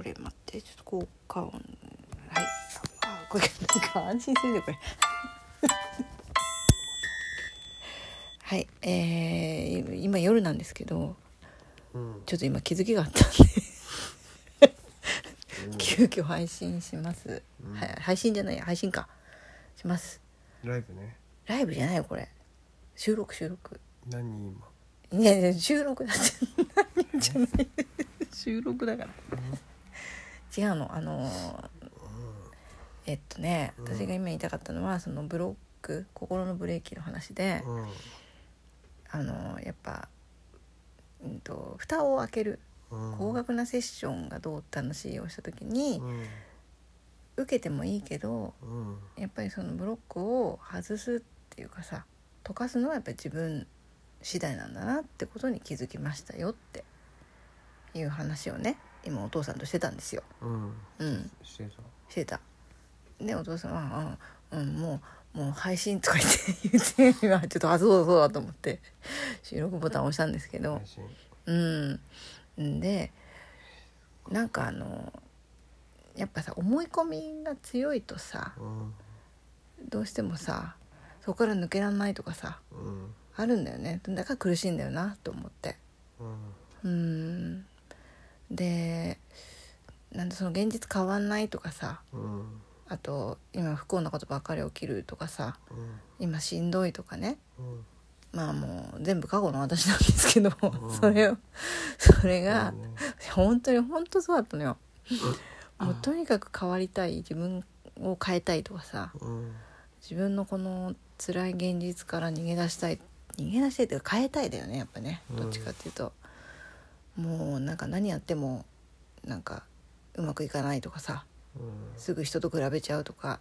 これ待ってちょっと効果音はいこれなんか安心するねこれはい、今夜なんですけど、ちょっと今気づきがあったんで急遽配信します、配信じゃない配信かします。 ライブね。 ライブじゃないよこれ、収録何今いや収録だって何じゃない収録だから違うの私が今言いたかったのはそのブロック心のブレーキの話で、やっぱ、蓋を開ける、高額なセッションがどうって話をした時に、受けてもいいけど、やっぱりそのブロックを外すっていうかさ溶かすのはやっぱり自分次第なんだなってことに気づきましたよっていう話をね今お父さんとしてたんですよ。してた。でお父さんは、もう配信とか言って今ちょっとそうだと思って収録ボタンを押したんですけど、でなんかやっぱさ思い込みが強いとさ、どうしてもさそこから抜けらんないとかさ、あるんだよね。だから苦しいんだよなと思って、でなんでその現実変わんないとかさ、あと今不幸なことばっかり起きるとかさ、今しんどいとかね、まあもう全部過去の私なんですけど、それが、本当そうだったのよ。もうとにかく変わりたい、自分を変えたいとかさ、自分のこの辛い現実から逃げ出したいっていうか変えたいだよねやっぱね、どっちかっていうと、もうなんか何やってもなんかうまくいかないとかさ、すぐ人と比べちゃうとか、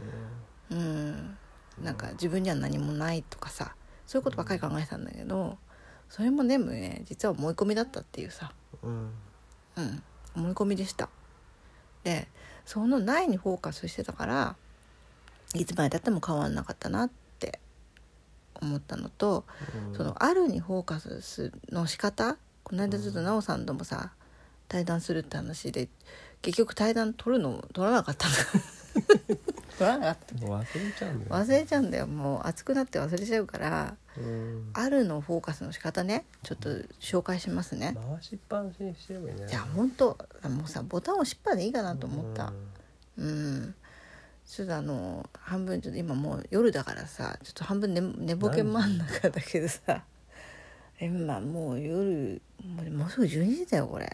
なんか自分には何もないとかさ、そういうことばっかり考えてたんだけど、それも全部ね実は思い込みだったっていうさ、思い込みでした。でそのないにフォーカスしてたからいつまでたっても変わんなかったなって思ったのと、そのあるにフォーカスの仕方、この間ちょっとなおさんともさ対談するって話で結局対談取らなかったんだ取らなかった忘れちゃうんだよ。もう熱くなって忘れちゃうから、あるのフォーカスの仕方ねちょっと紹介しますね。 回しっぱなしにしてればいいね。 いや本当もうさボタン押しっぱでいいかなと思った。ちょっと半分ちょっと今もう夜だからさちょっと半分寝ぼけ真ん中だけどさ今もう夜もうすぐ12時だよこれ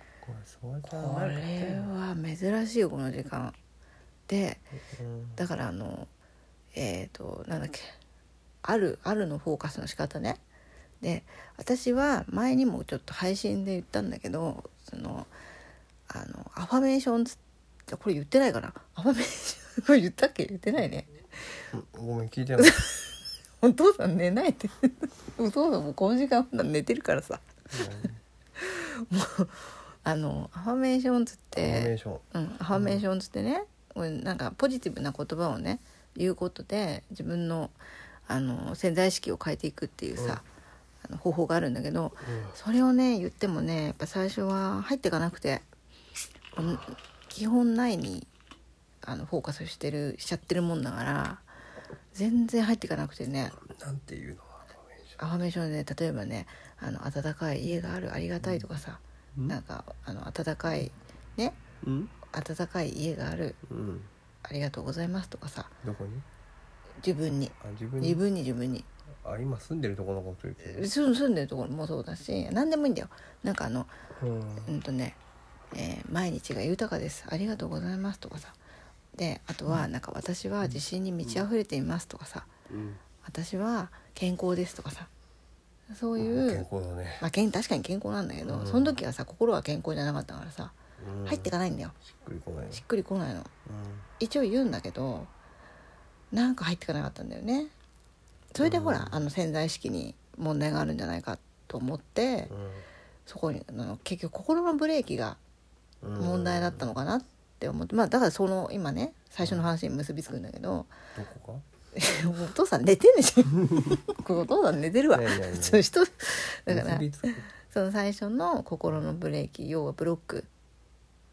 は珍しいよこの時間で、だからなんだっけあるのフォーカスの仕方ね。で私は前にもちょっと配信で言ったんだけど、そのアファメーションこれ言ってないかな、アファメーションこれ言ったっけ、言ってないね、 ごめん聞いてないお父さん寝ないってお父さんもこの時間寝てるからさ、もうアファメーションつってアファメーションつってね、なんかポジティブな言葉をね言うことで自分の潜在意識を変えていくっていうさ、方法があるんだけど、それをね言ってもねやっぱ最初は入っていかなくて、基本ないにフォーカスしちゃってるもんだから全然入っていかなくてね。 なんていうのアファメーションで、ね、例えばね温かい家があるありがたいとかさ、なんか温かいね、温かい家がある、ありがとうございますとかさ、 どこに？ 自分に今住んでるところのこと言ってる？ 住んでるところもそうだし何でもいいんだよ。なんか毎日が豊かですありがとうございますとかさ、であとはなんか私は自信に満ち溢れていますとかさ、私は健康ですとかさ、そういう、 健康だね。 確かに健康なんだけど、その時はさ心は健康じゃなかったからさ、入ってかないんだよ。 しっくりこないの、 一応言うんだけどなんか入ってかなかったんだよね。それでほら潜在意識に問題があるんじゃないかと思って、そこに結局心のブレーキが問題だったのかなって思って、だからその今ね最初の話に結びつくんだけど、 どこかお父さん寝てんでしょお父さん寝てるわそういう人だから、その最初の心のブレーキ、要はブロック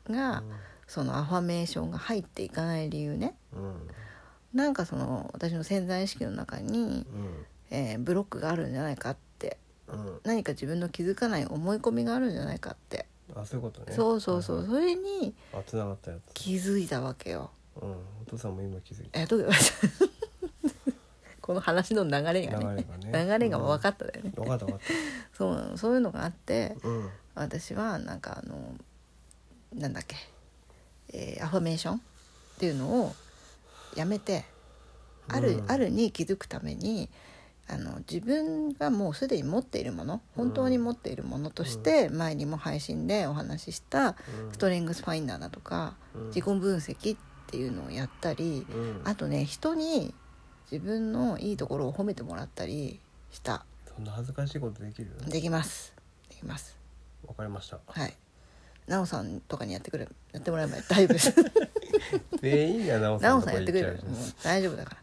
が、そのアファメーションが入っていかない理由ね、なんかその私の潜在意識の中に、ブロックがあるんじゃないかって、何か自分の気づかない思い込みがあるんじゃないかって。 そういうことね。 そうそうそう、それに繋がったやつ気づいたわけよ。 お父さんも今気づいた。 どうこの話の流れがね、流れが分かっただよね。 分かったそうなの、そういうのがあって、私はなんかなんだっけ、アファメーションっていうのをやめて、あるに気づくために自分がもうすでに持っているもの、本当に持っているものとして、前にも配信でお話ししたストレングスファインダーだとか、自己分析っていうのをやったり、あとね、人に自分のいいところを褒めてもらったりした。 そんな恥ずかしいことできる？ できます。 わかりました。 はい。なおさんとかにやってもらえば大丈夫です。 全員がなおさんとかやってくれる。もう大丈夫だから。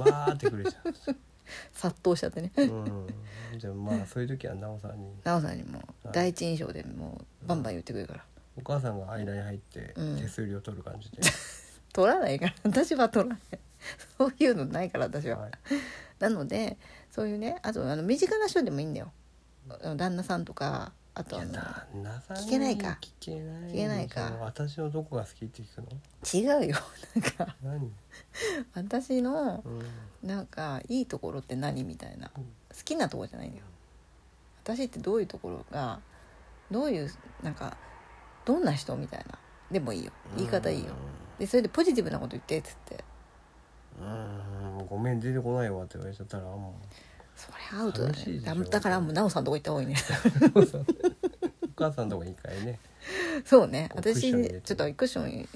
わーってくるじゃん。 殺到しちゃってね。 じゃあそういう時はなおさんにも第一印象でもうバンバン言ってくれるから。 お母さんが間に入って手数料取る感じで。 取らないから、私は取らない。そういうのないから私は。なのでそういうね、あと身近な人でもいいんだよ。旦那さんとか、あと旦那さん聞けないか。 聞けないか。私のどこが好きって聞くの？違うよ。なんか何？ 私のなんかいいところって何みたいな、好きなところじゃないんだよ。私ってどういうところが、どういうなんかどんな人みたいなでもいいよ。言い方いいよ。でそれでポジティブなこと言ってっつって。 ごめん出てこないわって言われちゃったらもうそれアウトだね。だからもうなおさんとこ行った方がいいね。 お母さんとこいいかいね。 そうね。私ちょっとクッション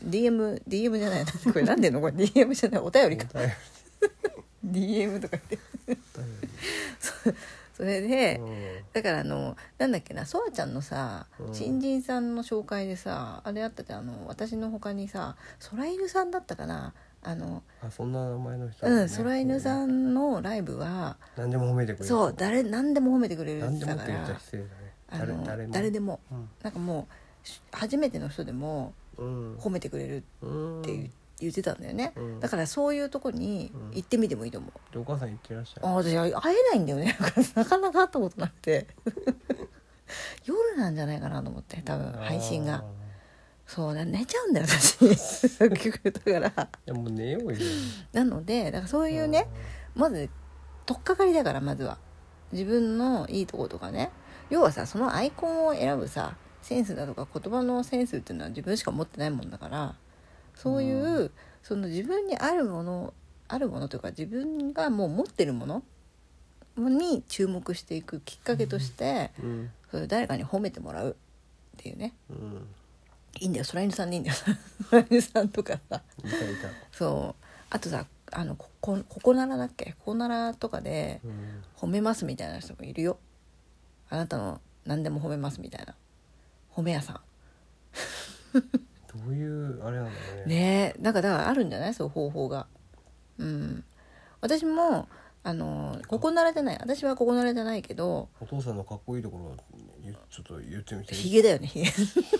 DM じゃない。これなんでのこれ DM じゃない、お便りか。DM とか言ってそれで、だからなんだっけな、ソワちゃんのさ、新人さんの紹介でさ、あれあったじゃん、私の他にさ、空犬さんだったかな、 そんな名前の人ね。 空犬さんのライブは何でも褒めてくれる。 そう、何でも褒めてくれるって言ったら失礼だね。 誰でも、なんかもう初めての人でも褒めてくれるって言ってたんだよね、だからそういうとこに行ってみてもいいと思う。 でお母さん行ってらっしゃる？ 私会えないんだよね。なかなか会ったことなくて夜なんじゃないかなと思って、多分配信が。そうだ、寝ちゃうんだよ私さっき言ったから。いやもう寝ようよ。 なのでだからそういうね、まず取っかかりだから、まずは自分のいいとことかね。要はさ、そのアイコンを選ぶさセンスだとか言葉のセンスっていうのは自分しか持ってないもんだから、そういう、その自分にあるものというか、自分がもう持ってるものに注目していくきっかけとして、それ誰かに褒めてもらうっていうね、いいんだよ。空犬さんでいいんだよ。空犬さんとかさ、そう、あとさ、ここならだっけ、ここならとかで褒めますみたいな人もいるよ。あなたの何でも褒めますみたいな褒め屋さんどういうあれなんだろうね。 ねえ、だからあるんじゃない、そういう方法が。私もここならじゃない、私はここならじゃないけど、 お父さんのかっこいいところちょっと言ってみて。 ヒゲだよね、ヒゲ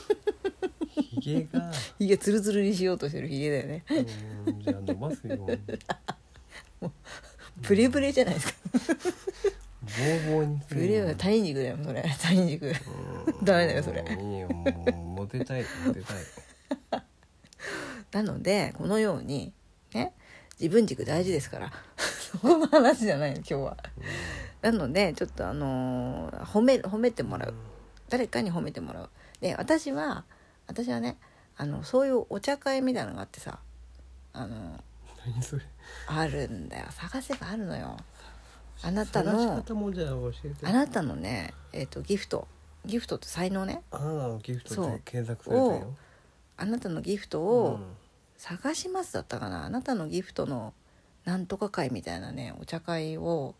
ヒゲツルツルにしようとしてるヒゲだよね。 じゃあ伸ばすよ。 もうブレブレじゃないですか。 ボーボーにブレは体肉だよ、それ。体肉ダメだよそれ。 いいよ、もうモテたいなのでこのようにね、自分軸大事ですからそこの話じゃないの今日は。なのでちょっと褒めてもらう、誰かに褒めてもらう。で私はね、そういうお茶会みたいなのがあってさ、 何それ。 あるんだよ、探せばあるのよ。あなたの探し方もじゃあ教えて。 あなたのね、ギフトって才能ね、 あなたのギフトって検索されたよ。 あなたのギフトを探しますだったかな、あなたのギフトのなんとか会みたいなね、お茶会を、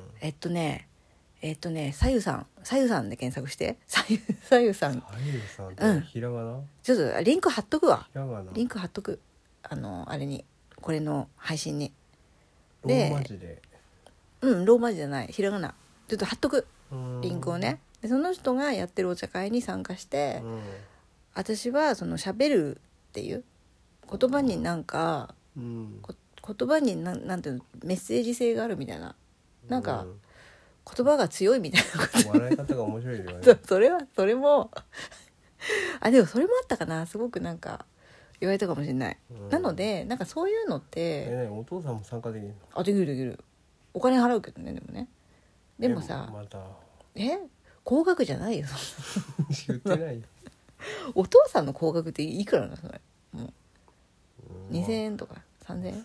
さゆさんで検索して、さゆさんってひらがな、 ちょっとリンク貼っとくわ。リンク貼っとく、あれに、これの配信に。 ローマ字で、 ローマ字じゃない、ひらがな、ちょっと貼っとくリンクをね。でその人がやってるお茶会に参加して、 私はその喋るっていう言葉になんか、言葉になんていうのメッセージ性があるみたいな、なんか言葉が強いみたいなこと笑い方が面白いよねそれもあでもそれもあったかな、すごくなんか言われたかもしれない、なのでなんかそういうのってお父さんも参加できるの？ あできるできる、お金払うけどね、でもね、でもさまた高額じゃないよ言ってないよお父さんの高額っていくらなのそれ、もう2000円とか3000円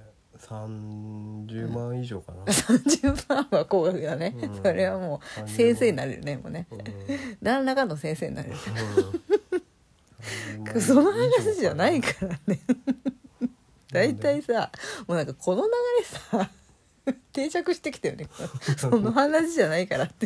30万以上かな、 30万は高額だね、それはもう先生になれるね、もうね、何らかの先生になれるその話じゃないからねだいたいさもうなんかこの流れさ定着してきたよねその話じゃないからって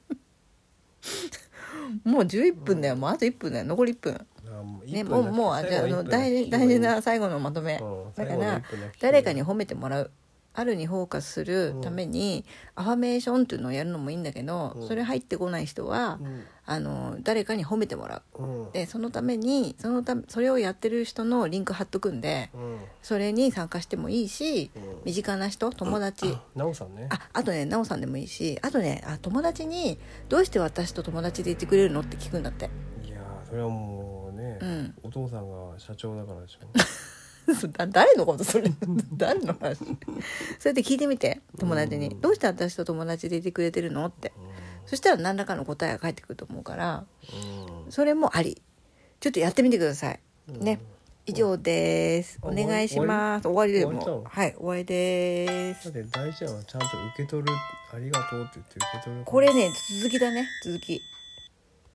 もう11分だよ、もうあと1分だよ、残り1分ね、もうじゃあ大事な最後のまとめ、だから誰かに褒めてもらう、あるにフォーカスするために、アファメーションっていうのをやるのもいいんだけど、それ入ってこない人は、誰かに褒めてもらう、でそのためにそれをやってる人のリンク貼っとくんで、それに参加してもいいし、身近な人、友達、 なおさんね、 あとねなおさんでもいいし、あとね友達にどうして私と友達でいてくれるのって聞くんだって。 いやそれはもうね、お父さんが社長だからでしょ誰のことそれ誰の話それで聞いてみて、友達に、どうして私と友達でいてくれてるのって、そしたら何らかの答えが返ってくると思うから、それもあり、ちょっとやってみてください、ね。以上です、お願いします。終わりでもはい終わりです。 だって大事なのはちゃんと受け取る、ありがとうって言って受け取る、 これね続きだね、続き